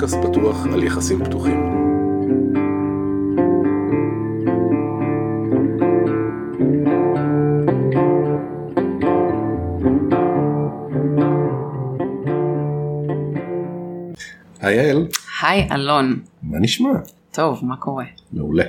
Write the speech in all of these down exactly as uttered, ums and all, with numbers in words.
פודקאסט פתוח על יחסים פתוחים. היי יעל. היי אלון. מה נשמע? טוב, מה קורה? מעולה.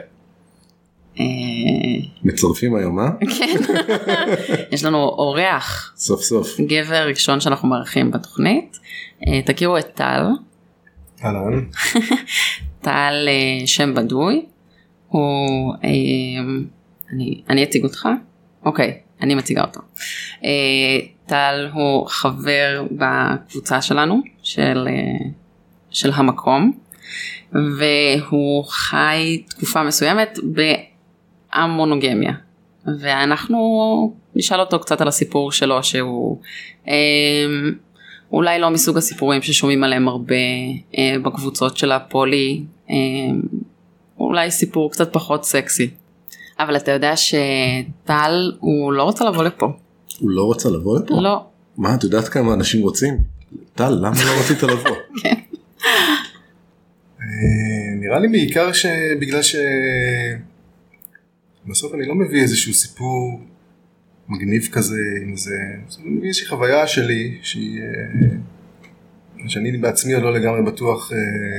מצרפים היום, אה? כן. יש לנו אורח. סוף סוף. גבר ראשון שאנחנו מארחים בתוכנית. תכירו את טל. אהלן. טל שם בדוי. הוא... אני, אני אציג אותך? אוקיי, אני מציגה אותו. טל הוא חבר בקבוצה שלנו, של, של המקום. והוא חי תקופה מסוימת באמונוגמיה, ואנחנו נשאל אותו קצת על הסיפור שלו, שהוא אה, אולי לא מסוג הסיפורים ששומעים עליהם הרבה אה, בקבוצות של הפולי, אה, אולי סיפור קצת פחות סקסי, אבל אתה יודע שטל הוא לא רוצה לבוא לפה. הוא לא רוצה לבוא לפה? לא. מה, את יודעת כמה אנשים רוצים? טל, למה לא רצית לבוא? כן. נראה לי בעיקר שבגלל ש... בסוף אני לא מביא איזשהו סיפור מגניב כזה, עם איזה... אני מביא איזושהי חוויה שלי, שהיא... שאני בעצמי עוד לא לגמרי בטוח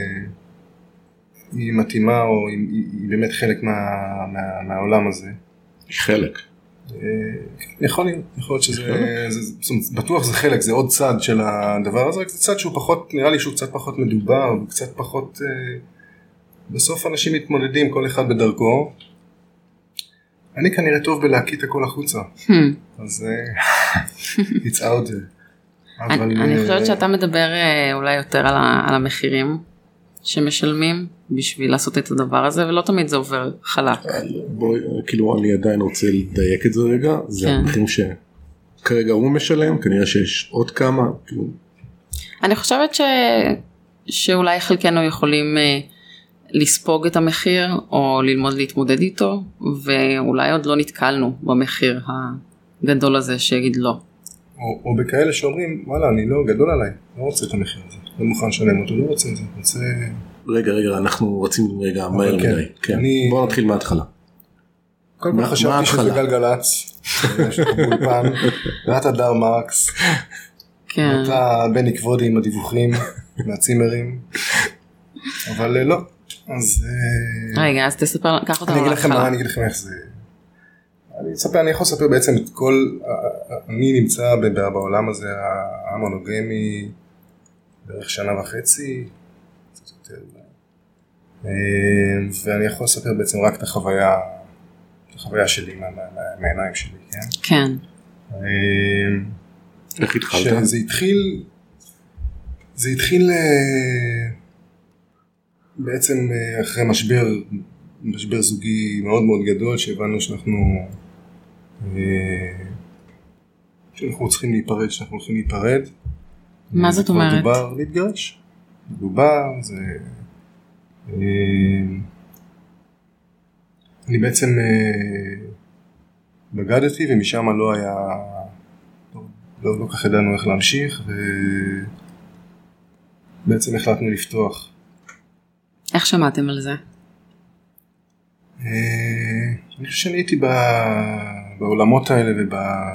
היא מתאימה, או היא, היא באמת חלק מה, מה, מהעולם הזה. היא חלק. יכול להיות, יכול להיות שזה... זה, זאת אומרת, בטוח זה חלק, זה עוד צד של הדבר הזה, זה צד שהוא פחות, נראה לי שהוא קצת פחות מדובר, וקצת פחות... בסוף אנשים מתמודדים, כל אחד בדרכו. אני כנראה טוב בלהקיא את הכל החוצה. אז it's out there. אני חושבת שאתה מדבר אולי יותר על המחירים שמשלמים בשביל לעשות את הדבר הזה, ולא תמיד זה עובר חלק. בואי, כאילו אני עדיין רוצה לדייק את זה רגע. זה המחירים שכרגע הוא משלם, כנראה שיש עוד כמה. אני חושבת שאולי חלקנו יכולים... לספוג את המחיר או ללמוד להתמודד איתו, ואולי עוד לא נתקלנו במחיר הגדול הזה שיגיד לא. או, או בכאלה שאומרים, וואלה, אני לא גדול עליי, לא רוצה את המחיר הזה, לא מוכן לשלם אותו, לא רוצה את זה, רוצה... רגע, רגע, אנחנו רצים רגע מהר כן, מדי. כן. אני... בואו נתחיל מההתחלה. קודם כל חשבתי שזה גלגלץ, יש לך בולפן, ואתה דר מרקס, כן. ואתה בני כבודי עם הדיווחים, מהצימרים, אבל לא. אז רגע, אז תספר, קח אותנו אני אגיד לכם מה, אני אגיד לכם איך זה. אני אספר, אני יכול לספר בעצם את כל, אני נמצא בעולם הזה המונוגמי בערך שנה וחצי, קצת יותר, ואני יכול לספר בעצם רק את החוויה, את החוויה שלי מהעיניים שלי, כן? כן. איך התחלת? שזה התחיל, זה התחיל בעצם אחרי משבר, משבר זוגי מאוד מאוד גדול, שהבנו שאנחנו, שאנחנו צריכים להיפרד, שאנחנו הולכים להיפרד. מה זאת אומרת? מדובר להתגרש. מדובר, זה... אני בעצם בגדתי, ומשם לא היה, לא, לא כך ידענו איך להמשיך, ובעצם החלטנו לפתוח. איך שמעתם על זה? אני חושב שאני הייתי בעולמות האלה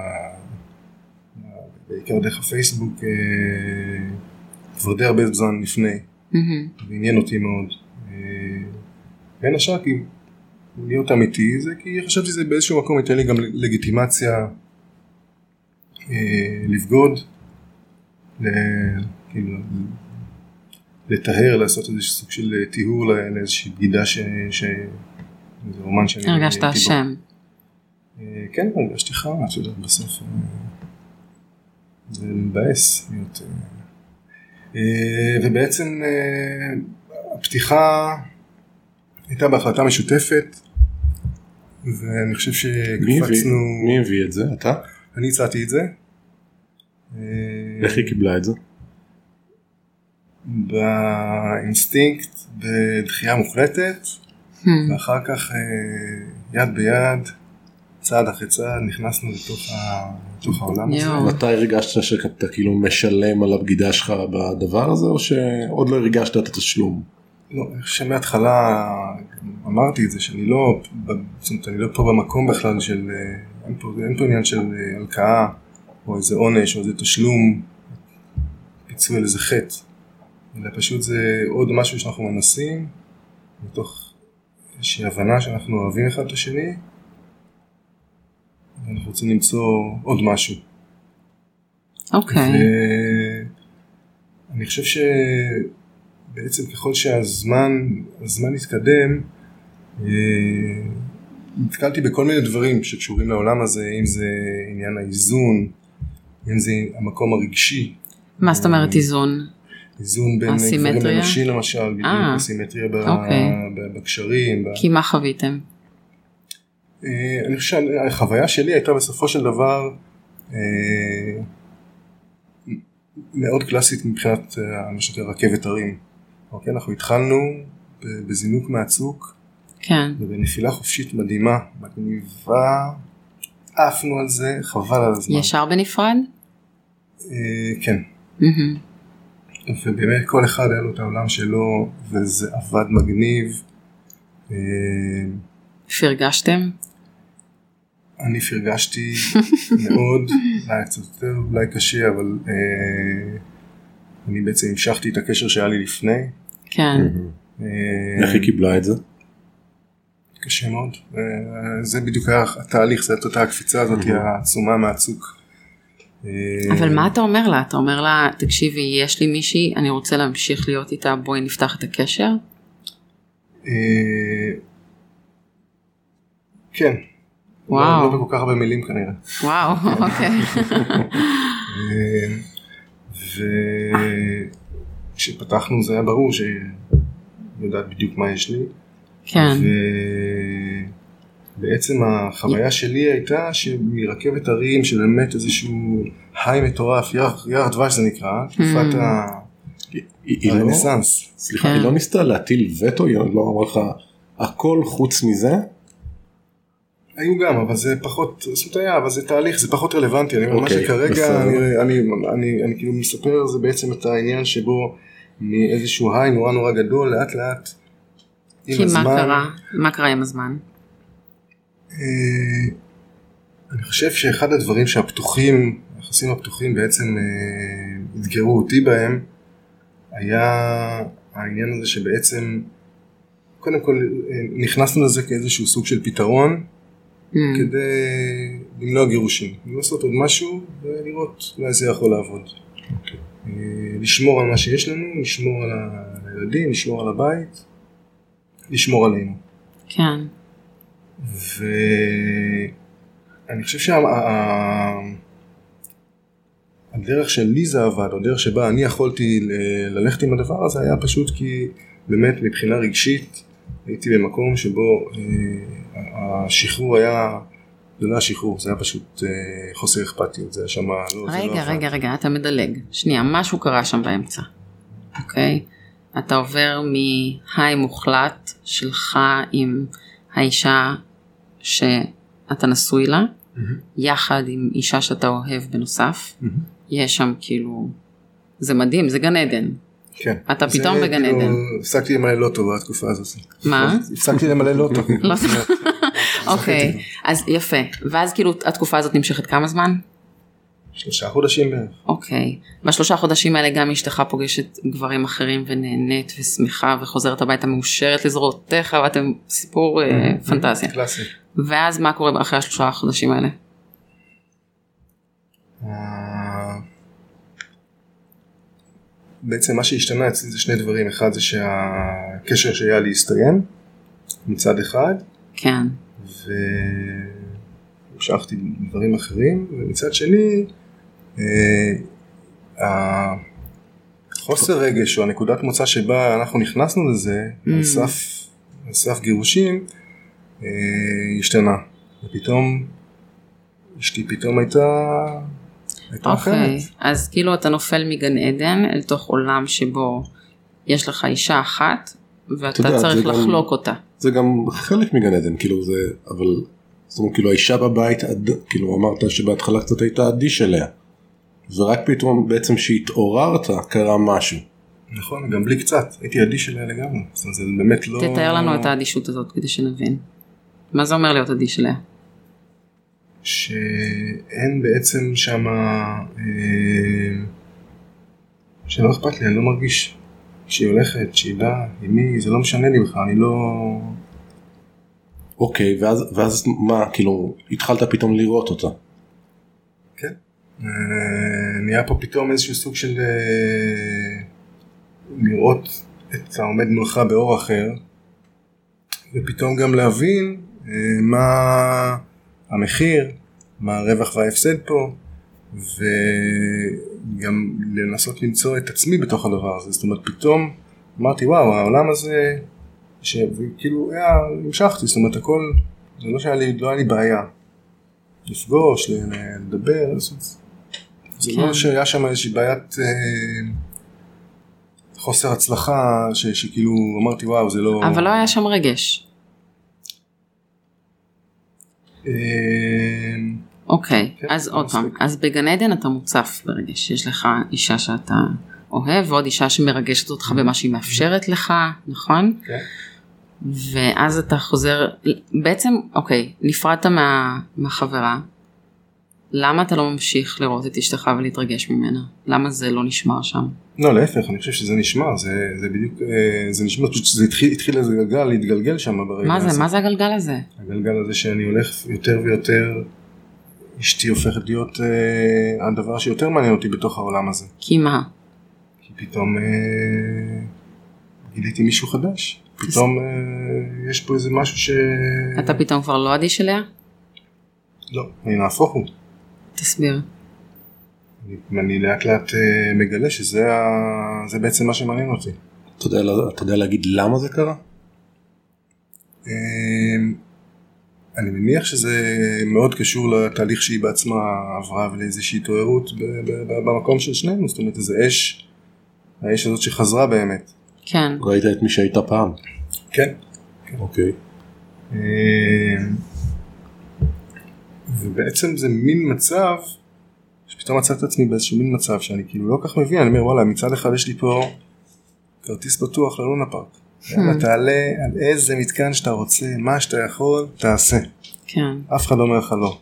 ובעיקר דרך הפייסבוק כבר די הרבה זמן לפני, ועניין אותי מאוד. בין השאר כי להיות אמיתי זה כי חשבתי שזה באיזשהו מקום ייתן לי גם לגיטימציה לבגוד, כאילו לטהר, לעשות איזשהו סוג של טיהור לאיזושהי בגידה ש... ש... זה רומן שאני... הרגשת השם. כן, הרגשתי חרא, את יודעת, בסוף. זה מבאס. ובעצם הפתיחה הייתה בהחלטה משותפת, ואני חושב שקפצנו... מי הביא את זה? אתה? אני הצעתי את זה. איך היא קיבלה את זה? באינסטינקט, בדחייה מוחלטת, ואחר כך יד ביד, צעד אחרי צעד נכנסנו לתוך, ה... לתוך העולם הזה. מתי הרגשת שאתה כאילו משלם על הבגידה שלך בדבר הזה, או שעוד לא הרגשת את התשלום? לא, שמההתחלה אמרתי את זה, שאני לא, זאת אומרת, אני לא פה במקום בכלל של, אין פה, אין פה עניין של הלקאה, או איזה עונש, או איזה תשלום, פיצוי על איזה חטא. אלא פשוט זה עוד משהו שאנחנו מנסים, מתוך איזושהי הבנה שאנחנו אוהבים אחד את השני, ואנחנו רוצים למצוא עוד משהו. אוקיי. ואני חושב שבעצם ככל שהזמן, הזמן התקדם, נתקלתי בכל מיני דברים שקשורים לעולם הזה, אם זה עניין האיזון, אם זה המקום הרגשי. מה זאת אומרת איזון? איזון בין גברים לנשים למשל, בדיוק הסימטריה בקשרים. כי מה חוויתם? אני חושב שהחוויה שלי הייתה בסופו של דבר מאוד קלאסית מבחינת מה שנקרא רכבת הרים. אוקיי, אנחנו התחלנו בזינוק מהצוק, כן. ובנפילה חופשית מדהימה, מגניבה, עפנו על זה, חבל על הזמן. ישר בנפרד? כן. ובאמת כל אחד היה לו את העולם שלו, וזה עבד מגניב. פרגשתם? אני פרגשתי מאוד, אולי קצת יותר, אולי קשה, אבל אני בעצם המשכתי את הקשר שהיה לי לפני. כן. איך היא קיבלה את זה? קשה מאוד. זה בדיוק היה התהליך, זה הייתה הקפיצה הזאת, העצומה מהצוק. אבל מה אתה אומר לה? אתה אומר לה, תקשיבי, יש לי מישהי, אני רוצה להמשיך להיות איתה, בואי נפתח את הקשר? כן. וואו. לא בכל כך הרבה מילים כנראה. וואו, אוקיי. וכשפתחנו זה היה ברור שהיא יודעת בדיוק מה יש לי. כן. ובעצם החוויה שלי הייתה שמרכבת הרים, שבאמת איזשהו היי מטורף, ירח דבש זה נקרא, תקופת הרנסנס. סליחה, היא לא ניסתה להטיל וטו, היא לא אמרה לך הכל חוץ מזה? היו גם, אבל זה פחות, זאת היה, אבל זה תהליך, זה פחות רלוונטי. אני אומר, מה שכרגע אני כאילו מספר, זה בעצם את העניין שבו מאיזשהו היי נורא נורא גדול, לאט לאט, כי מה קרה? מה קרה עם הזמן? אני חושב שאחד הדברים שהפתוחים, היחסים הפתוחים בעצם התגרו אותי בהם, היה העניין הזה שבעצם, קודם כל נכנסנו לזה כאיזשהו סוג של פתרון, כדי למנוע גירושים, לעשות עוד משהו ולראות אולי זה יכול לעבוד. לשמור על מה שיש לנו, לשמור על הילדים, לשמור על הבית, לשמור עלינו. כן. ואני חושב שהדרך של לי זה עבד, או דרך שבה אני יכולתי ללכת עם הדבר הזה, היה פשוט כי באמת מבחינה רגשית הייתי במקום שבו השחרור היה, זה לא השחרור, זה היה פשוט חוסר אכפתיות, זה היה שם, רגע, רגע, רגע, אתה מדלג. שנייה, משהו קרה שם באמצע. אוקיי? אתה עובר מהי מוחלט שלך עם האישה שאתה נשוי לה, יחד עם אישה שאתה אוהב בנוסף. יש שם כאילו, זה מדהים, זה גן עדן. כן. אתה פתאום בגן עדן. הפסקתי למלא לוטו בתקופה הזאת. מה? הפסקתי למלא לוטו. אוקיי, אז יפה. ואז כאילו התקופה הזאת נמשכת כמה זמן? שלושה חודשים בערך. אוקיי. בשלושה חודשים האלה גם אשתך פוגשת גברים אחרים ונהנית ושמחה וחוזרת הביתה מאושרת לזרועותיך, ואתם סיפור פנטזיה. קלאסי. ואז מה קורה אחרי השלושה חודשים האלה? בעצם מה שהשתנה אצלי זה שני דברים. אחד זה שהקשר שהיה לי הסתיים מצד אחד. כן. והמשכתי דברים אחרים, ומצד שני החוסר רגש או הנקודת מוצא שבה אנחנו נכנסנו לזה על סף, על סף גירושים השתנה. ופתאום אשתי פתאום הייתה הייתה אחרת. אוקיי, אז כאילו אתה נופל מגן עדן אל תוך עולם שבו יש לך אישה אחת ואתה צריך לחלוק אותה. זה גם חלק מגן עדן, כאילו זה, אבל זאת אומרת, כאילו האישה בבית, כאילו אמרת שבהתחלה קצת הייתה אדיש אליה, ורק פתאום בעצם שהתעוררת קרה משהו. נכון, גם בלי קצת, הייתי אדיש אליה לגמרי, זאת אומרת, זה באמת לא... תתאר לנו את האדישות הזאת כדי שנבין. מה זה אומר להיות אדיש אליה? שאין בעצם שמה, שלא אכפת לי, אני לא מרגיש שהיא הולכת, שהיא באה, עם מי, זה לא משנה לי בכלל, אני לא... אוקיי, ואז, ואז מה, כאילו, התחלת פתאום לראות אותה? כן. נהיה פה פתאום איזשהו סוג של לראות את העומד מולך באור אחר, ופתאום גם להבין מה המחיר, מה הרווח וההפסד פה, וגם לנסות למצוא את עצמי בתוך הדבר הזה. זאת אומרת, פתאום אמרתי, וואו, העולם הזה, שכאילו, היה, המשכתי, זאת אומרת, הכל, זה לא שהיה לי, לא היה לי בעיה. לפגוש, לדבר, זה לא שהיה שם איזושהי בעיית חוסר הצלחה, שכאילו אמרתי, וואו, זה לא... אבל לא היה שם רגש. אוקיי, אז עוד פעם, אז בגן עדן אתה מוצף ברגש, יש לך אישה שאתה אוהב, ועוד אישה שמרגשת אותך במה שהיא מאפשרת לך, נכון? כן. ואז אתה חוזר, בעצם, אוקיי, נפרדת מה, מהחברה, למה אתה לא ממשיך לראות את אשתך ולהתרגש ממנה? למה זה לא נשמר שם? לא, להפך, אני חושב שזה נשמר, זה, זה בדיוק, זה נשמר, פשוט שזה התחיל, התחיל איזה גלגל להתגלגל שם ברגע מה זה? הזה. מה זה הגלגל הזה? הגלגל הזה שאני הולך יותר ויותר, אשתי הופכת להיות אה, הדבר שיותר מעניין אותי בתוך העולם הזה. כי מה? כי פתאום אה, גיליתי מישהו חדש. פתאום אה, יש פה איזה משהו ש... אתה פתאום כבר לא אדיש אליה? לא, אני נהפוך הוא. תסביר. אני, אני לאט לאט אה, מגלה שזה ה... זה בעצם מה שמעניין אותי. אתה יודע, אתה יודע להגיד למה זה קרה? אה, אני מניח שזה מאוד קשור לתהליך שהיא בעצמה עברה ולאיזושהי התעוררות במקום של שנינו, זאת אומרת, איזה אש, האש הזאת שחזרה באמת. כן. ראית את מי שהיית פעם? כן. אוקיי. ובעצם זה מין מצב, שפתאום מצאת את עצמי באיזשהו מין מצב שאני כאילו לא כך מבין, אני אומר וואלה, מצד אחד יש לי פה כרטיס פתוח ללונה פארק. יאללה, תעלה על איזה מתקן שאתה רוצה, מה שאתה יכול, תעשה. כן. אף אחד לא אומר לך לא.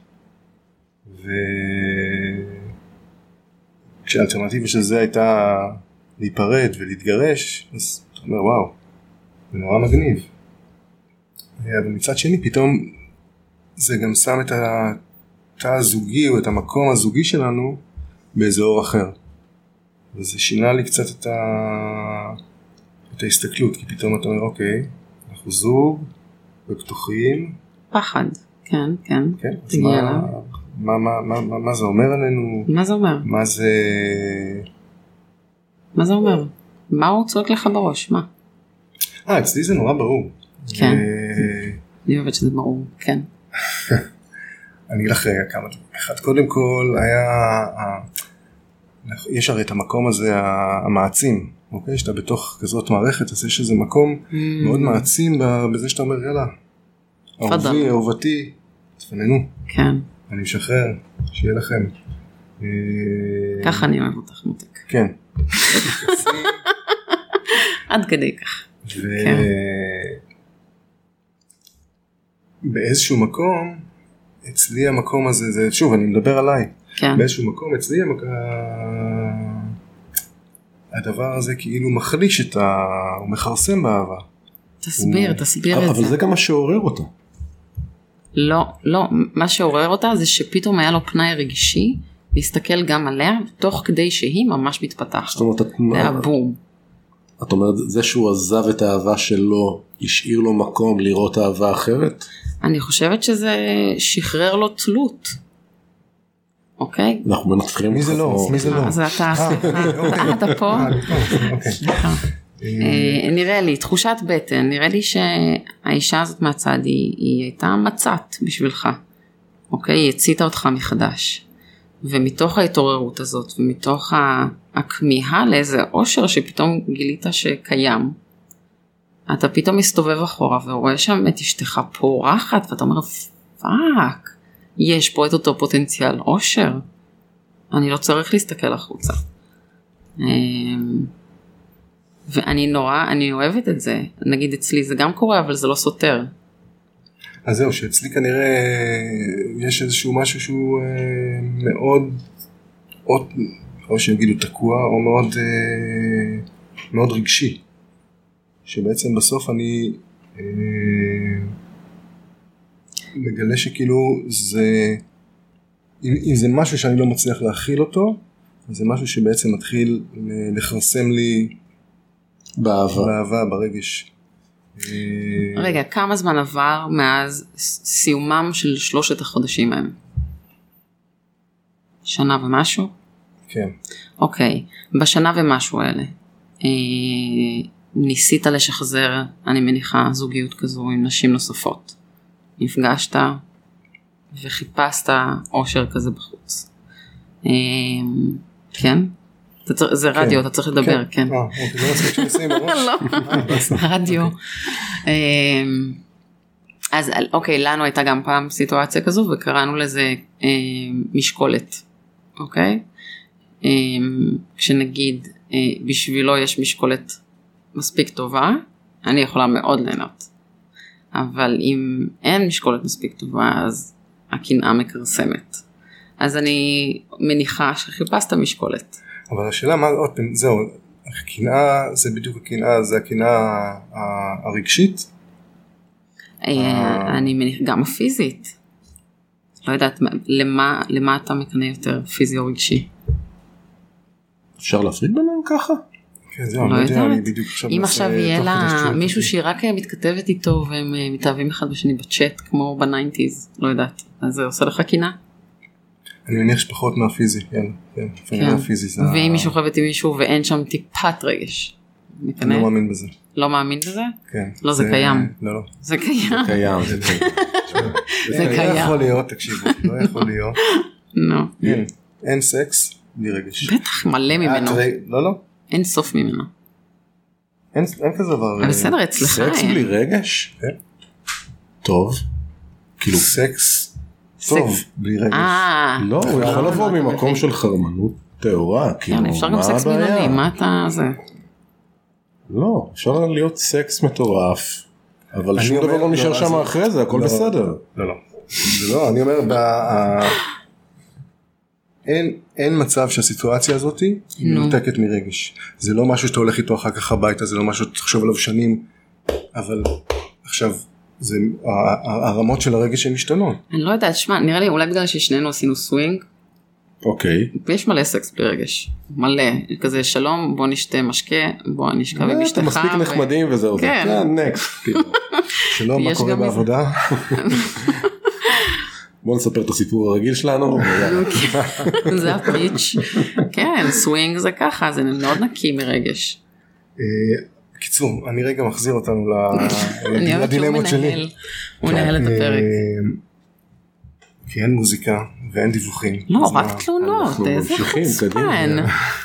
וכשהאלטרנטיבה של זה הייתה להיפרד ולהתגרש, אז אתה אומר וואו, זה נורא מגניב. אבל מצד שני פתאום זה גם שם את התא הזוגי או את המקום הזוגי שלנו באיזה אור אחר. וזה שינה לי קצת את ה... את ההסתכלות, כי פתאום אתה אומר, אוקיי, אנחנו זוג, ופתוחים. פחד, כן, כן. כן, אז מה, מה, מה, מה, מה, מה זה אומר עלינו? מה זה אומר? מה זה... מה זה אומר? מה הוא צועק לך בראש? מה? אה, אצלי זה נורא ברור. כן. אני אוהבת שזה ברור, כן. אני אגיד לך כמה דברים. אחד, קודם כל, היה... יש הרי את המקום הזה המעצים. אוקיי, שאתה בתוך כזאת מערכת, אז יש איזה מקום mm. מאוד מעצים בזה שאתה אומר, יאללה, אהובי, אהובתי, תפננו. כן. אני משחרר, שיהיה לכם. ככה אני אוהב אותך מותק. כן. עד כדי כך. ובאיזשהו מקום, אצלי המקום הזה, זה, שוב, אני מדבר עליי. כן. באיזשהו מקום, אצלי המקום... הדבר הזה כאילו מחליש את ה... הוא מחרסם באהבה. תסביר, הוא... תסביר את זה. אבל זה גם מה שעורר אותה. לא, לא, מה שעורר אותה זה שפתאום היה לו פנאי רגשי, להסתכל גם עליה, תוך כדי שהיא ממש מתפתחת. זאת אומרת, זה היה בום. את אומרת, זה שהוא עזב את האהבה שלו, השאיר לו מקום לראות אהבה אחרת? אני חושבת שזה שחרר לו תלות. אוקיי? אנחנו מנצחים. מי זה לא? מי זה לא? אז אתה, סליחה. אתה פה? סליחה. נראה לי, תחושת בטן, נראה לי שהאישה הזאת מהצד היא הייתה מצאת בשבילך. אוקיי? היא הציתה אותך מחדש. ומתוך ההתעוררות הזאת, ומתוך הכמיהה לאיזה אושר שפתאום גילית שקיים, אתה פתאום מסתובב אחורה ורואה שם את אשתך פורחת, ואתה אומר, פאק, יש פה את אותו פוטנציאל עושר, אני לא צריך להסתכל החוצה. ואני נורא, אני אוהבת את זה, נגיד אצלי זה גם קורה, אבל זה לא סותר. אז זהו, שאצלי כנראה יש איזשהו משהו שהוא מאוד, או, או שיגידו תקוע, או מאוד, מאוד רגשי. שבעצם בסוף אני מגלה שכאילו זה, אם, אם זה משהו שאני לא מצליח להכיל אותו, זה משהו שבעצם מתחיל לחרסם לי באהבה, באהבה, ברגש. רגע, כמה זמן עבר מאז סיומם של שלושת החודשים ההם? שנה ומשהו? כן. אוקיי, בשנה ומשהו האלה, אה, ניסית לשחזר, אני מניחה, זוגיות כזו עם נשים נוספות. נפגשת וחיפשת אושר כזה בחוץ. אה, כן? זה רדיו, אתה צריך לדבר, כן. אה, אוקיי, לא מספיק שנשים בראש. לא, רדיו. אז אוקיי, לנו הייתה גם פעם סיטואציה כזו, וקראנו לזה משקולת, אוקיי? כשנגיד, בשבילו יש משקולת מספיק טובה, אני יכולה מאוד ליהנות. אבל אם אין משקולת מספיק טובה, אז הקנאה מקרסמת. אז אני מניחה שחיפשת משקולת. אבל השאלה מה, עוד פעם, זהו, הקנאה זה בדיוק הקנאה, זה הקנאה הרגשית? אני מניחה, גם הפיזית. לא יודעת, למה, למה אתה מקנה יותר, פיזי או רגשי? אפשר להפריד ביניהם ככה? כן, זהו, לא יודע, אני בדיוק עכשיו... אם עכשיו יהיה לה מישהו שהיא רק מתכתבת איתו, והם מתאהבים אחד בשני בצ'אט, כמו בניינטיז, לא יודעת, אז זה עושה לך קנאה? אני מניח שפחות מהפיזי, יאללה, כן, כן. מהפיזי זה... ואם מישהו חווית עם מישהו ואין שם טיפת רגש. אני לא מאמין בזה. לא מאמין בזה? כן. לא, זה קיים. לא, לא. זה קיים. זה קיים. זה קיים. לא יכול להיות, תקשיבו, לא יכול להיות. לא. אין סקס בלי רגש. בטח, מלא ממנו. לא, לא. אין סוף ממנו. אין כזה דבר. אבל בסדר, אצלך. סקס בלי רגש? כן. טוב. כאילו סקס טוב בלי רגש. לא, הוא יכול לבוא ממקום של חרמנות טהורה. כן, אפשר גם סקס מילולי, מה אתה זה? לא, אפשר להיות סקס מטורף, אבל שום דבר לא נשאר שם אחרי זה, הכל בסדר. לא, לא. זה לא, אני אומר, אין מצב שהסיטואציה הזאת מנותקת מרגש. זה לא משהו שאתה הולך איתו אחר כך הביתה, זה לא משהו שאתה תחשוב עליו שנים, אבל עכשיו, הרמות של הרגש הן משתנות. אני לא יודעת, שמע, נראה לי אולי בגלל ששנינו עשינו סווינג, אוקיי. ויש מלא סקס ברגש, מלא, כזה שלום, בוא נשתה משקה, בוא נשכב עם אשתך. אתם מספיק נחמדים וזהו. כן. נקסט. שלום, מה קורה בעבודה? בוא נספר את הסיפור הרגיל שלנו. זה הפיץ'. כן, סווינג זה ככה, זה מאוד נקי מרגש. קיצור, אני רגע מחזיר אותנו לדילמות שלי. הוא מנהל את הפרק. כי אין מוזיקה ואין דיווחים. לא, רק תלונות, איזה חוצפן.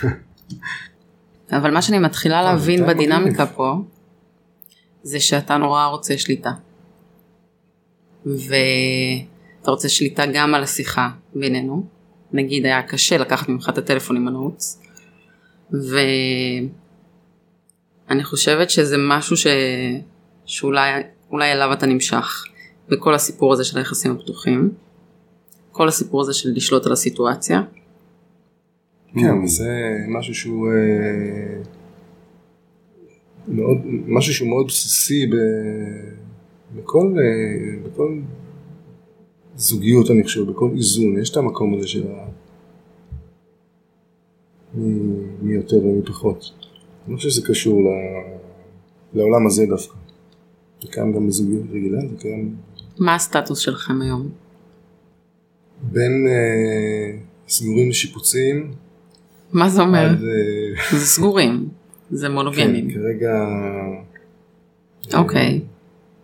אבל מה שאני מתחילה להבין בדינמיקה פה, זה שאתה נורא רוצה שליטה. ואתה רוצה שליטה גם על השיחה בינינו. נגיד היה קשה לקחת ממך את הטלפון עם הנעוץ. ואני חושבת שזה משהו ש... שאולי אולי אליו אתה נמשך. בכל הסיפור הזה של היחסים הפתוחים. כל הסיפור הזה של לשלוט על הסיטואציה. כן, זה משהו שהוא מאוד, משהו שהוא מאוד בסיסי בכל, בכל זוגיות, אני חושב, בכל איזון. יש את המקום הזה של מי יותר ומי פחות. אני חושב שזה קשור לעולם הזה דווקא. זה קיים גם בזוגיות רגילה, זה קיים... מה הסטטוס שלכם היום? בין אה, סגורים לשיפוצים. מה זה אומר? עד, אה... זה סגורים, זה מונוגמים. כן, כרגע... אוקיי. אה...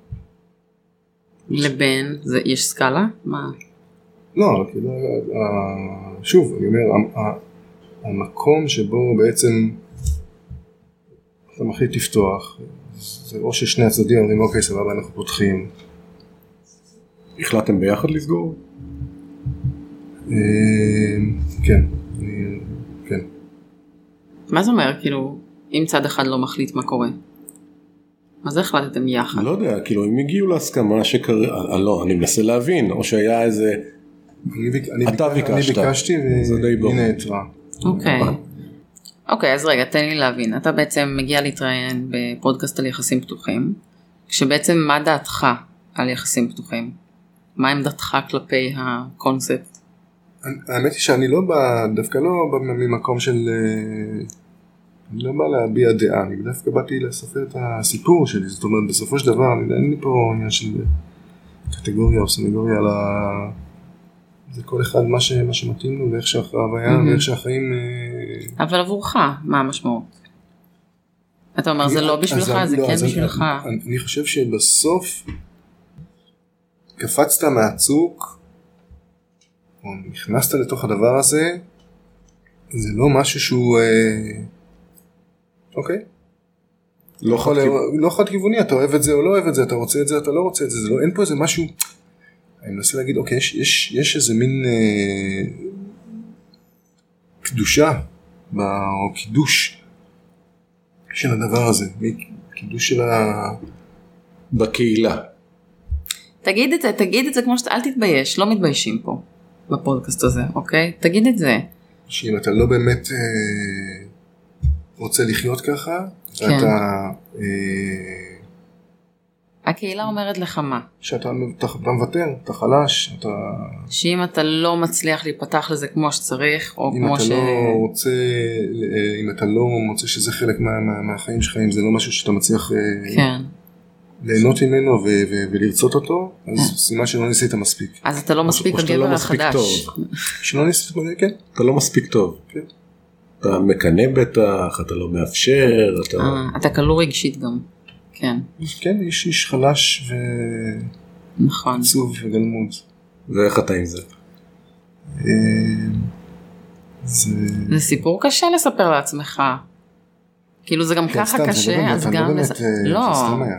לבין, זה, יש סקאלה? מה? לא, כאילו, אה, שוב, אני אומר, המקום שבו בעצם אתה מחליט לפתוח, זה או ששני הצדדים אומרים, אוקיי, סבבה, אנחנו פותחים. החלטתם ביחד לסגור? כן, כן. מה זה אומר, כאילו, אם צד אחד לא מחליט מה קורה? מה זה החלטתם יחד? לא יודע, כאילו, אם הגיעו להסכמה שקרה, לא, אני מנסה להבין, או שהיה איזה, אתה ביקשת. אני ביקשתי והנה התראה. אוקיי. אוקיי, אז רגע, תן לי להבין. אתה בעצם מגיע להתראיין בפודקאסט על יחסים פתוחים, כשבעצם מה דעתך על יחסים פתוחים? מה עמדתך כלפי הקונספט? האמת היא שאני לא בא, דווקא לא בא ממקום של, אני לא בא להביע דעה, אני דווקא באתי לספר את הסיפור שלי, זאת אומרת, בסופו של דבר, אין לי פה עניין של קטגוריה או סנגוריה, אלא זה כל אחד מה, ש, מה שמתאים לו, ואיך שהחוויה, mm-hmm. ואיך שהחיים... אבל עבורך, מה המשמעות? אתה אומר, זה לא בשבילך, זה כן בשבילך. אני חושב שבסוף קפצת מהצוק, או נכנסת לתוך הדבר הזה, זה לא משהו שהוא, אוקיי? לא חד כיווני, אתה אוהב את זה או לא אוהב את זה, אתה רוצה את זה, אתה לא רוצה את זה, זה לא, אין פה איזה משהו, אני מנסה להגיד, אוקיי, יש, יש, יש איזה מין אה, קדושה, או קידוש של הדבר הזה, קידוש של ה... בקהילה. תגיד את זה, תגיד את זה כמו שאתה, אל תתבייש, לא מתביישים פה, בפודקאסט הזה, אוקיי? תגיד את זה. שאם אתה לא באמת אה, רוצה לחיות ככה, כן. אתה... אה, הקהילה אומרת לך מה? שאתה אתה, אתה מוותר, אתה חלש, אתה... שאם אתה לא מצליח להיפתח לזה כמו שצריך, או כמו ש... אם אתה לא רוצה, אם אתה לא מוצא שזה חלק מה, מה, מהחיים שלך, אם זה לא משהו שאתה מצליח כן. ליהנות ממנו ו- ו- ולרצות אותו, אז סימן שלא ניסית מספיק. אז אתה לא מספיק הגבר החדש. שלא ניסית, כן. אתה לא מספיק טוב. כן. אתה מקנה בטח, אתה לא מאפשר, אתה... אתה קלור רגשית גם. כן. כן, איש איש חלש ו... נכון. עצוב וגלמוד. ואיך אתה עם זה? זה... זה סיפור קשה לספר לעצמך. כאילו זה גם ככה קשה, אז גם... לא,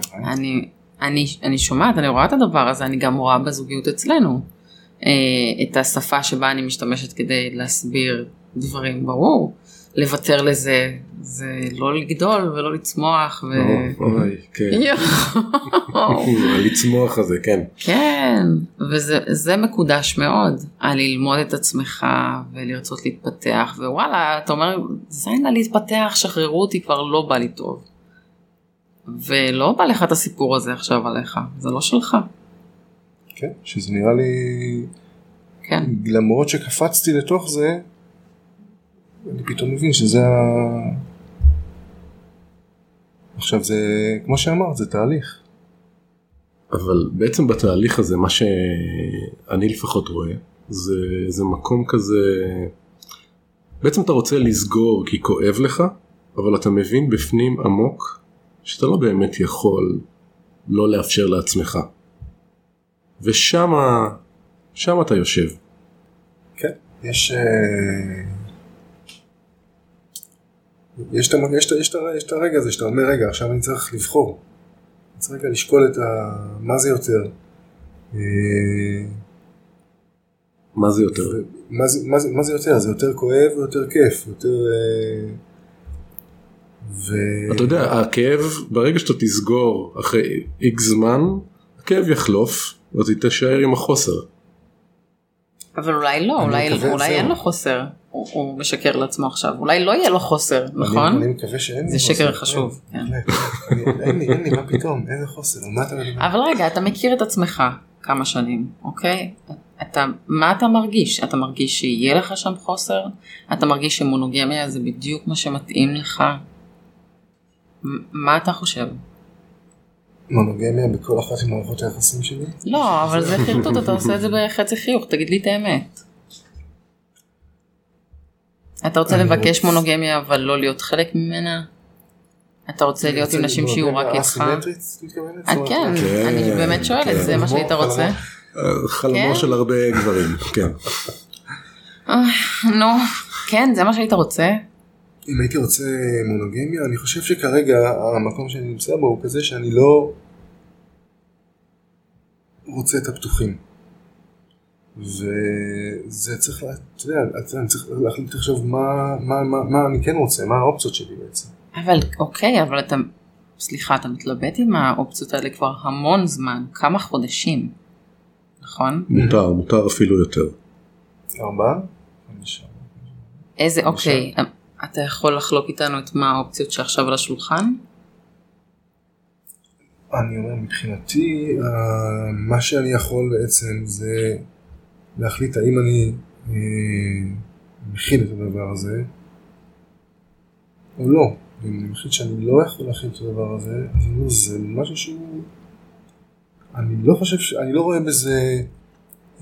אני שומעת, אני רואה את הדבר הזה, אני גם רואה בזוגיות אצלנו. את השפה שבה אני משתמשת כדי להסביר דברים, ברור. לוותר לזה, זה לא לגדול ולא לצמוח. אוי, כן. לצמוח הזה, כן. כן, וזה מקודש מאוד, על ללמוד את עצמך ולרצות להתפתח, ווואלה, אתה אומר, זה אין לה להתפתח, שחררו אותי, כבר לא בא לי טוב. ולא בא לך את הסיפור הזה עכשיו עליך, זה לא שלך. כן, שזה נראה לי... כן. למרות שקפצתי לתוך זה, אני פתאום מבין שזה ה... עכשיו זה, כמו שאמרת, זה תהליך. אבל בעצם בתהליך הזה, מה שאני לפחות רואה, זה, זה מקום כזה, בעצם אתה רוצה לסגור כי כואב לך, אבל אתה מבין בפנים עמוק, שאתה לא באמת יכול לא לאפשר לעצמך. ושמה, שם אתה יושב. כן, יש... יש את, יש, את, יש, את, יש את הרגע הזה שאתה אומר, רגע, עכשיו אני צריך לבחור. אני צריך רגע לשקול את ה... מה זה יותר. מה זה יותר? מה זה, מה זה, מה זה יותר? זה יותר כואב או יותר כיף? יותר... ו... אתה יודע, הכאב, ברגע שאתה תסגור אחרי איקס זמן, הכאב יחלוף, ואתה תישאר עם החוסר. אבל אולי לא, אולי, אולי אין לו חוסר. הוא, הוא משקר לעצמו עכשיו, אולי לא יהיה לו חוסר, נכון? אני מקווה שאין לי חוסר. זה שקר חשוב. אין לי, אין לי, מה פתאום, איזה חוסר, מה אתה מדבר? אבל רגע, אתה מכיר את עצמך כמה שנים, אוקיי? אתה, מה אתה מרגיש? אתה מרגיש שיהיה לך שם חוסר? אתה מרגיש שמונוגמיה זה בדיוק מה שמתאים לך? מה אתה חושב? מונוגמיה בכל אחת עם מערכות היחסים שלי? לא, אבל זה חרטוט, אתה עושה את זה בחצי חיוך, תגיד לי את האמת. אתה רוצה לבקש מונוגמיה אבל לא להיות חלק ממנה? אתה רוצה להיות עם נשים שיהיו רק איתך? כן, אני באמת שואלת, זה מה שהיית רוצה? חלמו של הרבה גברים, כן. נו, כן, זה מה שהיית רוצה? אם הייתי רוצה מונוגמיה, אני חושב שכרגע המקום שאני נמצא בו הוא כזה שאני לא רוצה את הפתוחים. וזה צריך, אתה יודע, אני צריך להחליט עכשיו מה, מה, מה, מה אני כן רוצה, מה האופציות שלי בעצם. אבל אוקיי, אבל אתה, סליחה, אתה מתלבט עם האופציות האלה כבר המון זמן, כמה חודשים, נכון? מותר, מותר אפילו יותר. ארבעה? חמישה. איזה, אוקיי, אתה יכול לחלוק איתנו את מה האופציות שעכשיו על השולחן? אני אומר, מבחינתי, מה שאני יכול בעצם זה להחליט האם אני מכין את הדבר הזה, או לא. אם אני מחליט שאני לא יכול להכין את הדבר הזה, אז זה משהו שהוא... אני לא חושב ש... אני לא רואה בזה אה,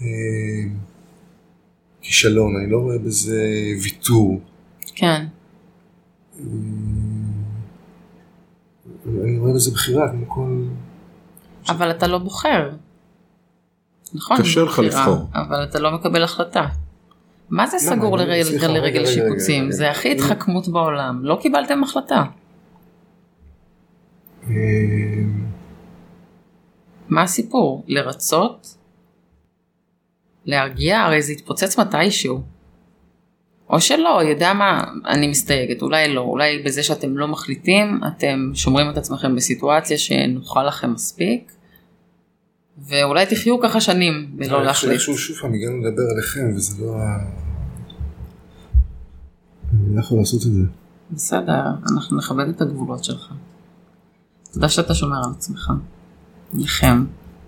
כישלון, אני לא רואה בזה ויתור. כן. אה, אני רואה בזה בחירה, כמו כל... אבל אתה לא בוחר. נכון? קשה לך לבחור. אבל אתה לא מקבל החלטה. מה זה סגור לרגל שיפוצים? זה הכי התחכמות בעולם. לא קיבלתם החלטה. מה הסיפור? לרצות? להרגיע? הרי זה יתפוצץ מתישהו. או שלא, יודע מה, אני מסתייגת, אולי לא, אולי בזה שאתם לא מחליטים, אתם שומרים את עצמכם בסיטואציה שנוכל לכם מספיק, ואולי תחיו ככה שנים ולא להחליט. איכשהו שוב פעם הגענו לדבר עליכם, וזה לא ה... אני לא יכול לעשות את זה. בסדר, אנחנו נכבד את הגבולות שלך. תודה שאתה שומר על עצמך. לכם.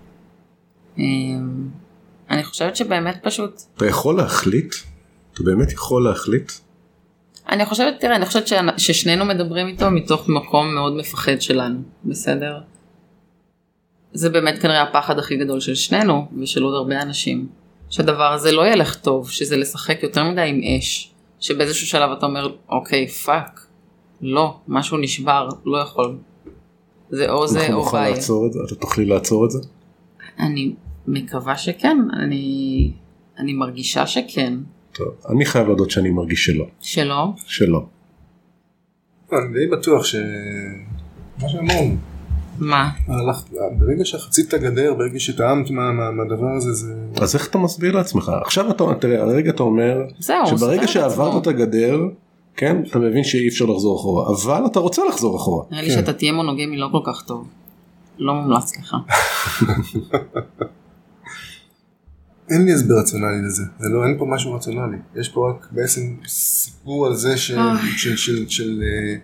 אני חושבת שבאמת פשוט... אתה יכול להחליט? אתה באמת יכול להחליט? אני חושבת, תראה, אני חושבת ששנינו מדברים איתו מתוך מקום מאוד מפחד שלנו, בסדר? זה באמת כנראה הפחד הכי גדול של שנינו ושל עוד הרבה אנשים. שהדבר הזה לא ילך טוב, שזה לשחק יותר מדי עם אש. שבאיזשהו שלב אתה אומר, אוקיי, פאק. לא, משהו נשבר, לא יכול. זה או זה או ביי. אתה תוכלי לעצור את זה? אני מקווה שכן, אני, אני מרגישה שכן. טוב, אני חייב להודות שאני מרגיש שלא. שלא? שלא. אני די בטוח ש... מה שאמרנו. מה? ברגע שחצית את הגדר, ברגע שטעמת מהדבר הזה, זה... אז איך אתה מסביר לעצמך? עכשיו אתה, תראה, הרגע אתה אומר, שברגע שעברת את הגדר, כן, אתה מבין שאי אפשר לחזור אחורה, אבל אתה רוצה לחזור אחורה. נראה לי שאתה תהיה מונוגמי לא כל כך טוב. לא מומלץ לך. אין לי הסבר רציונלי לזה, זה לא, אין פה משהו רציונלי. יש פה רק בעצם סיפור על זה של, של, של, של,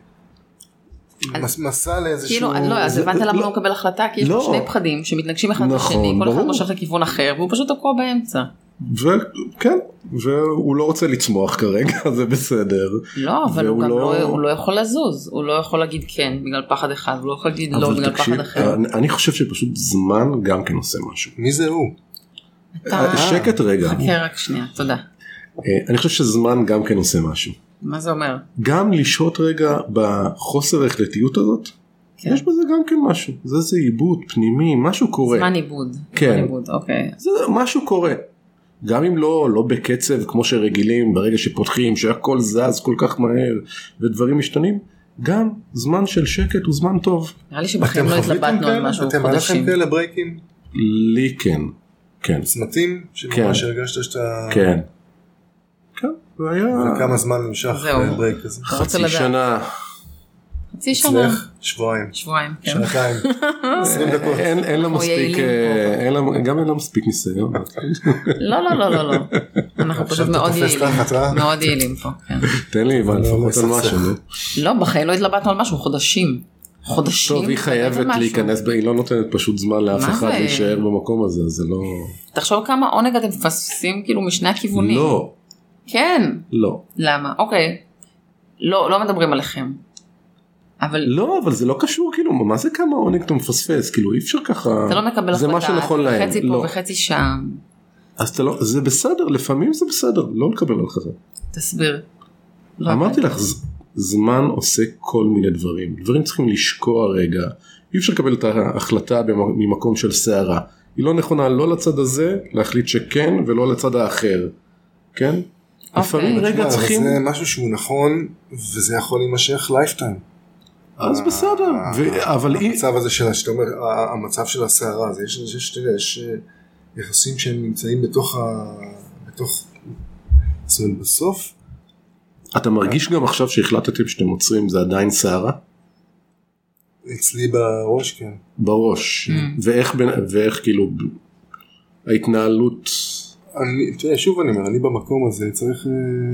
מסע לאיזשהו... כאילו, לא, אז הבנת למה לא מקבל החלטה, כי יש פה שני פחדים שמתנגשים אחד לשני, כל אחד מושך לכיוון אחר, והוא פשוט תקוע באמצע. וכן, והוא לא רוצה לצמוח כרגע, זה בסדר. לא, אבל הוא גם לא יכול לזוז, הוא לא יכול להגיד כן בגלל פחד אחד, הוא לא יכול להגיד לא בגלל פחד אחר. אני חושב שפשוט זמן גם כן עושה משהו. מי זה הוא? שקט רגע. חכה רק שנייה, תודה. אני חושב שזמן גם כן עושה משהו. מה זה אומר? גם לשהות רגע בחוסר ההחלטיות הזאת, יש בזה גם כן משהו. זה איזה עיבוד פנימי, משהו קורה. זמן עיבוד. כן. עיבוד, אוקיי. זה משהו קורה. גם אם לא, לא בקצב כמו שרגילים, ברגע שפותחים, שהכל זז כל כך מהר, ודברים משתנים, גם זמן של שקט הוא זמן טוב. נראה לי שבחיים לא התלבטנו על משהו חודשים. אתם הלכם כאלה ברייקים? לי כן. כן. צמתים? שממש הרגשת שאתה... כן. כן. והיה... וכמה זמן נמשך ברייק הזה? חצי שנה. חצי שנה. שבועיים. שבועיים, כן. שנתיים. עשרים דקות. אין לה מספיק, גם אין לה מספיק ניסיון. לא, לא, לא, לא, לא. אנחנו פשוט מאוד יעילים. מאוד יעילים פה, כן. תן לי, אבל לפחות על משהו, לא? לא, בחיים לא התלבטנו על משהו, חודשים. חודשים. טוב, היא חייבת להיכנס, היא לא נותנת פשוט זמן לאף אחד להישאר במקום הזה, זה לא... תחשוב כמה עונג אתם מפספסים כאילו משני הכיוונים. לא. כן. לא. למה? אוקיי. לא, לא מדברים עליכם. אבל... לא, אבל זה לא קשור, כאילו, מה זה כמה עונג אתה מפספס? כאילו, אי אפשר ככה... אתה לא מקבל החלטה, זה מה שנכון להם. חצי פה לא. וחצי שם. אז אתה לא, זה בסדר, לפעמים זה בסדר, לא לקבל החלטה. תסביר. לא אמרתי לך, זמן עושה כל מיני דברים. דברים צריכים לשקוע רגע. אי אפשר לקבל את ההחלטה ממקום של שערה. היא לא נכונה לא לצד הזה, להחליט שכן, ולא לצד האחר. כן? לפעמים רגע צריכים... זה משהו שהוא נכון, וזה יכול להימשך לייפטיים. אז בסדר. אבל המצב הזה של, שאתה אומר, המצב של השערה, יש, יש, יש, יחסים שהם נמצאים בתוך ה... בתוך... זאת אומרת, בסוף... אתה מרגיש גם עכשיו שהחלטתם שאתם עוצרים, זה עדיין שערה? אצלי בראש, כן. בראש. ואיך, ואיך כאילו, ההתנהלות... אני, תראה, שוב אני אומר, אני במקום הזה צריך...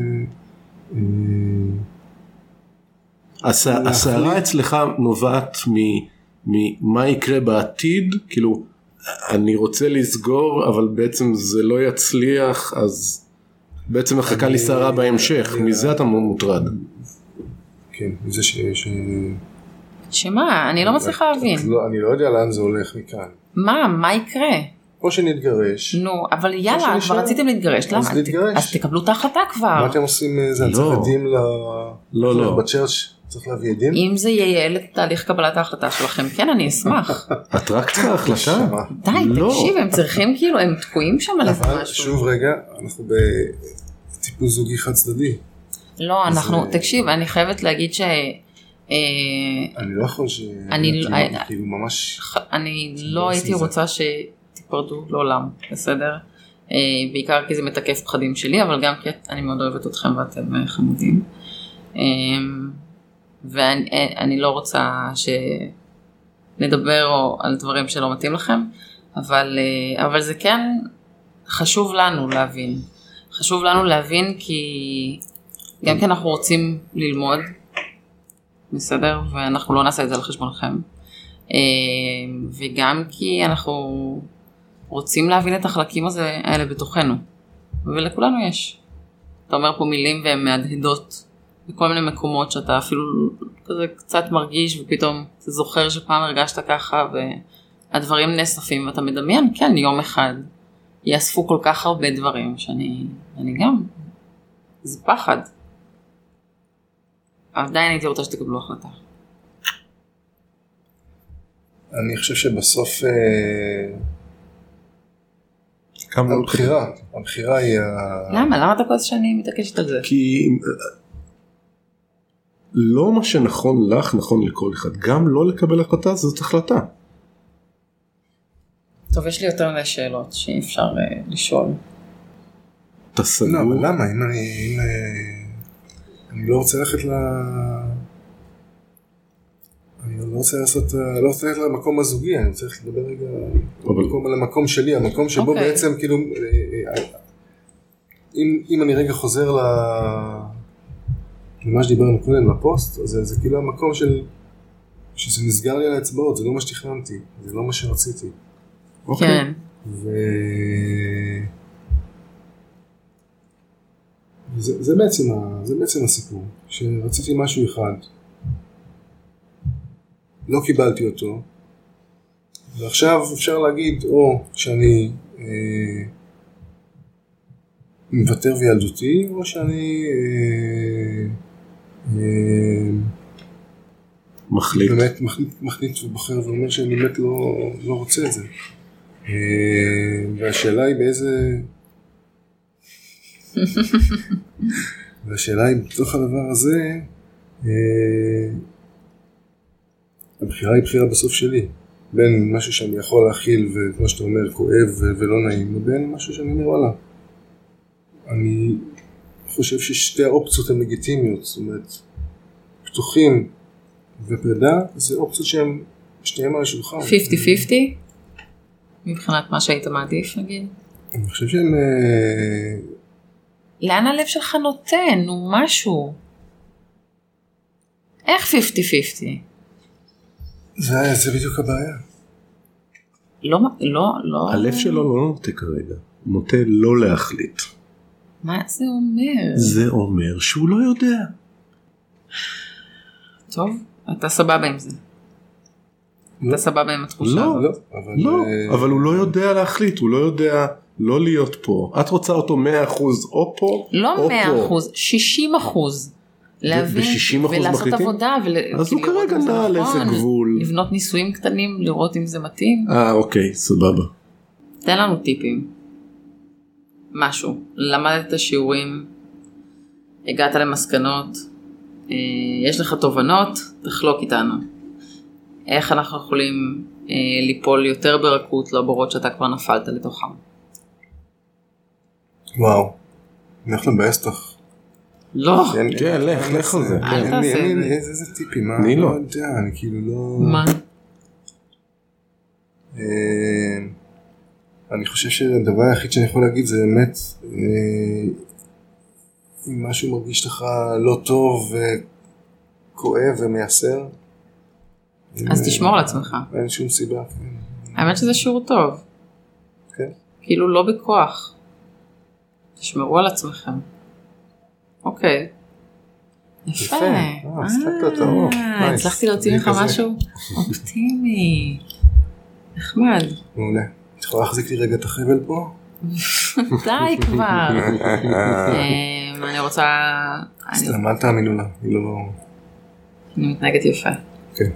השערה אצלך נובעת ממה יקרה בעתיד, כאילו, אני רוצה לסגור, אבל בעצם זה לא יצליח, אז בעצם מחכה לי שערה בהמשך, מזה אתה מוטרד. כן, מזה ש... שמה? אני לא מצליחה להבין. אני לא יודע לאן זה הולך מכאן. מה? מה יקרה? או שנתגרש. נו, אבל יאללה, כבר רציתם להתגרש. אז להתגרש. אז תקבלו את ההחלטה כבר. מה אתם עושים? זה אני צריך עדים ל... לא, לא. בצ'רץ' צריך להביא עדים? אם זה ייעל את תהליך קבלת ההחלטה שלכם, כן, אני אשמח. את רק צריכה החלטה? די, תקשיב, הם צריכים כאילו, הם תקועים שם על איזה אבל משהו. שוב רגע, אנחנו בטיפול זוגי חד צדדי. לא, אנחנו, תקשיב, אני חייבת להגיד ש... אני לא יכול ש... אני כאילו ממש... אני לא הייתי רוצה שתיפרדו לעולם, בסדר? בעיקר כי זה מתקף פחדים שלי, אבל גם כי אני מאוד אוהבת אתכם ואתם חמודים. ואני לא רוצה שנדבר על דברים שלא מתאים לכם, אבל, אבל זה כן חשוב לנו להבין. חשוב לנו להבין כי גם כי אנחנו רוצים ללמוד, בסדר? ואנחנו לא נעשה את זה על חשבונכם. וגם כי אנחנו רוצים להבין את החלקים הזה, האלה בתוכנו. ולכולנו יש. אתה אומר פה מילים והן מהדהדות בכל מיני מקומות שאתה אפילו כזה קצת מרגיש ופתאום אתה זוכר שפעם הרגשת ככה והדברים נאספים ואתה מדמיין, כן, יום אחד יאספו כל כך הרבה דברים שאני אני גם, זה פחד. עדיין הייתי רוצה שתקבלו החלטה. אני חושב שבסוף הבחירה, הבחירה היא... למה? למה אתה קודם שאני מתעקשת על זה? כי לא מה שנכון לך נכון לכל אחד, גם לא לקבל החלטה זאת החלטה. טוב, יש לי יותר מדי שאלות שאי אפשר לשאול. אתה סגור? לא, אבל למה? אם אני... אני לא רוצה ללכת ל... אני לא רוצה לעשות... לא רוצה ללכת למקום הזוגי, אני רוצה ללכת לדבר רגע על המקום שלי, המקום שבו בעצם כאילו... אם אני רגע חוזר למה שדיברנו קודם, לפוסט, אז זה כאילו המקום של... שזה נסגר לי על האצבעות, זה לא מה שתכננתי, זה לא מה שרציתי. כן. ו... זה, זה בעצם, זה בעצם הסיפור, שרציתי משהו אחד, לא קיבלתי אותו, ועכשיו אפשר להגיד או שאני אה, מוותר וילדותי, או שאני אה, אה, מחליט. באמת מחליט, מחליט ובוחר ואומר שאני באמת לא, לא רוצה את זה. אה, והשאלה היא באיזה... והשאלה היא בתוך הדבר הזה, אה, הבחירה היא בחירה בסוף שלי, בין משהו שאני יכול להכיל וכמו שאתה אומר כואב ולא נעים, לבין משהו שאני אומר וואלה. אני חושב ששתי האופציות הן לגיטימיות, זאת אומרת, פתוחים ופרידה, זה אופציות שהן שתיהן על השולחן. חמישים חמישים? מבחינת מה שהיית מעדיף נגיד? אני חושב שהן... לאן הלב שלך נותן? נו משהו. איך חמישים חמישים? זה, זה בדיוק הבעיה. לא, לא, לא. הלב שלו לא נוטה כרגע, נוטה לא להחליט. מה זה אומר? זה אומר שהוא לא יודע. טוב, אתה סבבה עם זה. אתה סבבה עם התחושה. לא, לא, אבל, לא, אבל הוא לא יודע להחליט, הוא לא יודע לא להיות פה. את רוצה אותו מאה אחוז או פה או פה. לא מאה אחוז, שישים אחוז. להבין ולעשות עבודה. אז הוא כרגע נע על איזה גבול. לבנות ניסויים קטנים, לראות אם זה מתאים. אה, אוקיי, סבבה. תן לנו טיפים. משהו. למדת שיעורים, הגעת למסקנות, יש לך תובנות, תחלוק איתנו. איך אנחנו יכולים ליפול יותר ברכות לבורות שאתה כבר נפלת לתוכם. וואו. אני הולך לבאס אותך. לא. כן, לך, לך על זה. אל תעשה את זה. איזה טיפים, מה? אני לא. לא יודע, אני כאילו לא... מה? אני חושב שהדבר היחיד שאני יכול להגיד זה באמת, אם משהו מרגיש לך לא טוב וכואב ומייסר. אז תשמור על עצמך. אין שום סיבה. האמת שזה שיעור טוב. כן. כאילו לא בכוח. תשמרו על עצמכם. אוקיי. יפה. אה, הספקת את האור. הצלחתי להוציא לך משהו אופטימי. נחמד. מעולה. את יכולה להחזיק לי רגע את החבל פה? די כבר. אני רוצה... סתם, אל תאמינו לה. אני לא... אני מתנהגת יפה. כן.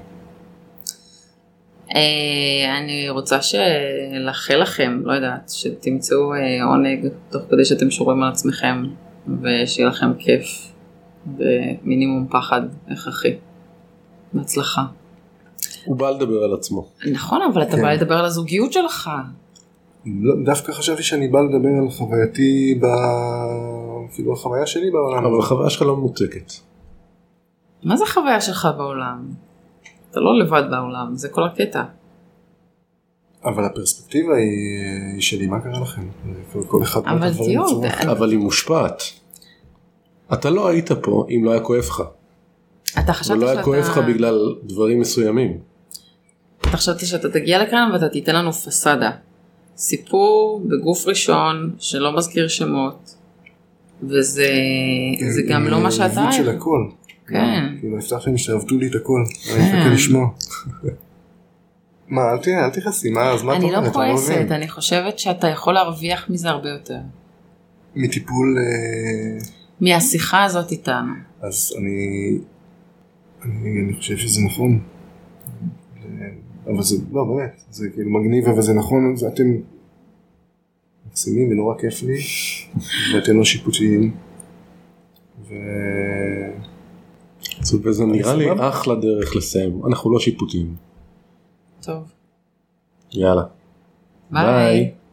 אני רוצה שלאחל לכם, לא יודעת, שתמצאו עונג תוך כדי שאתם שורים על עצמכם, ושיהיה לכם כיף, ומינימום פחד הכרחי. בהצלחה. הוא בא לדבר על עצמו. נכון, אבל אתה בא לדבר על הזוגיות שלך. דווקא חשבתי שאני בא לדבר על חווייתי, כאילו החוויה שלי בעולם. אבל החוויה שלך לא מנותקת. מה זה חוויה שלך בעולם? אתה לא לבד בעולם, זה כל הקטע. אבל הפרספקטיבה היא שלי, מה קרה לכם? כל אחד... אבל דיוק. אבל היא מושפעת. אתה לא היית פה אם לא היה כואב לך. אתה חשבת שאתה... ולא היה כואב לך בגלל דברים מסוימים. אתה חשבת שאתה תגיע לכאן ואתה תיתן לנו פסדה. סיפור בגוף ראשון שלא מזכיר שמות. וזה זה גם לא מה שאתה... עיוות של הכל. כן. כאילו הבטחתם שעבדו לי את הכל. אני מחכה לשמוע. מה, אל תכנסי, מה, אז מה את אומרת? אני לא כועסת, אני חושבת שאתה יכול להרוויח מזה הרבה יותר. מטיפול... מהשיחה הזאת איתנו. אז אני... אני חושב שזה נכון. אבל זה, לא, באמת, זה כאילו מגניב, אבל זה נכון, זה אתם מקסימים ונורא כיף לי, ואתם לא שיפוטיים. ו... וזה נראה לי אחלה דרך לסיים, אנחנו לא שיפוטיים. טוב. יאללה. ביי.